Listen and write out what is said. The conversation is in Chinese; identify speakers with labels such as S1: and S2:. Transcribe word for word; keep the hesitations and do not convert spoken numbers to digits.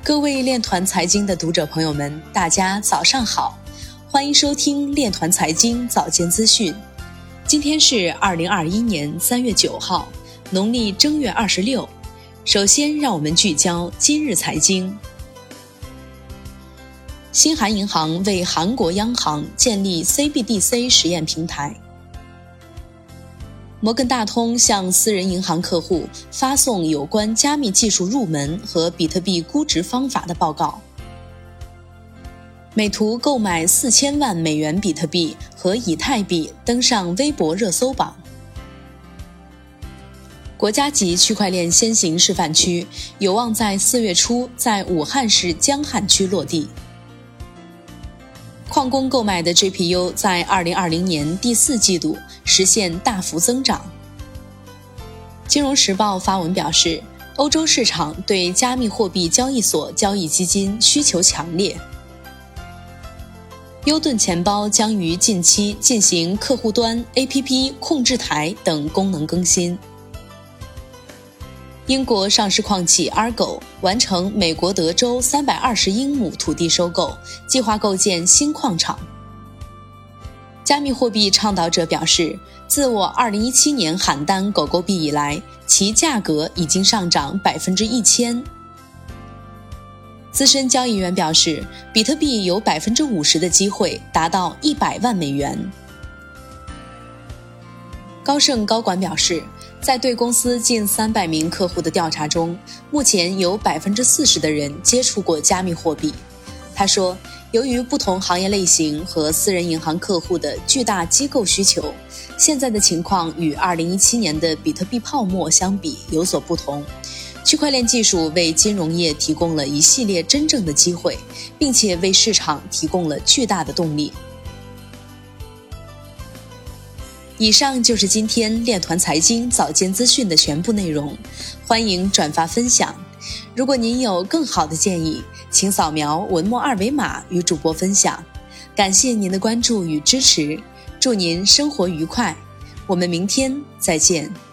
S1: 各位链团财经的读者朋友们，大家早上好，欢迎收听链团财经早间资讯。今天是二零二一年三月九号，农历正月二十六。首先让我们聚焦今日财经。新韩银行为韩国央行建立 C B D C 实验平台。摩根大通向私人银行客户发送有关加密技术入门和比特币估值方法的报告。美图购买四千万美元比特币和以太币登上微博热搜榜。国家级区块链先行示范区有望在四月初在武汉市江汉区落地。矿工购买的 G P U 在二零二零年第四季度实现大幅增长。金融时报发文表示，欧洲市场对加密货币交易所交易基金需求强烈。优盾钱包将于近期进行客户端 A P P 控制台等功能更新。英国上市矿企 Argo 完成美国德州三百二十英亩土地收购，计划构建新矿场。加密货币倡导者表示，自我二零一七年喊单狗狗币以来，其价格已经上涨百分之一千。资深交易员表示，比特币有百分之五十的机会达到一百万美元。高盛高管表示，在对公司近三百名客户的调查中，目前有百分之四十的人接触过加密货币。他说，由于不同行业类型和私人银行客户的巨大机构需求，现在的情况与二零一七年的比特币泡沫相比有所不同。区块链技术为金融业提供了一系列真正的机会，并且为市场提供了巨大的动力。以上就是今天链团财经早间资讯的全部内容，欢迎转发分享。如果您有更好的建议，请扫描文末二维码与主播分享。感谢您的关注与支持，祝您生活愉快，我们明天再见。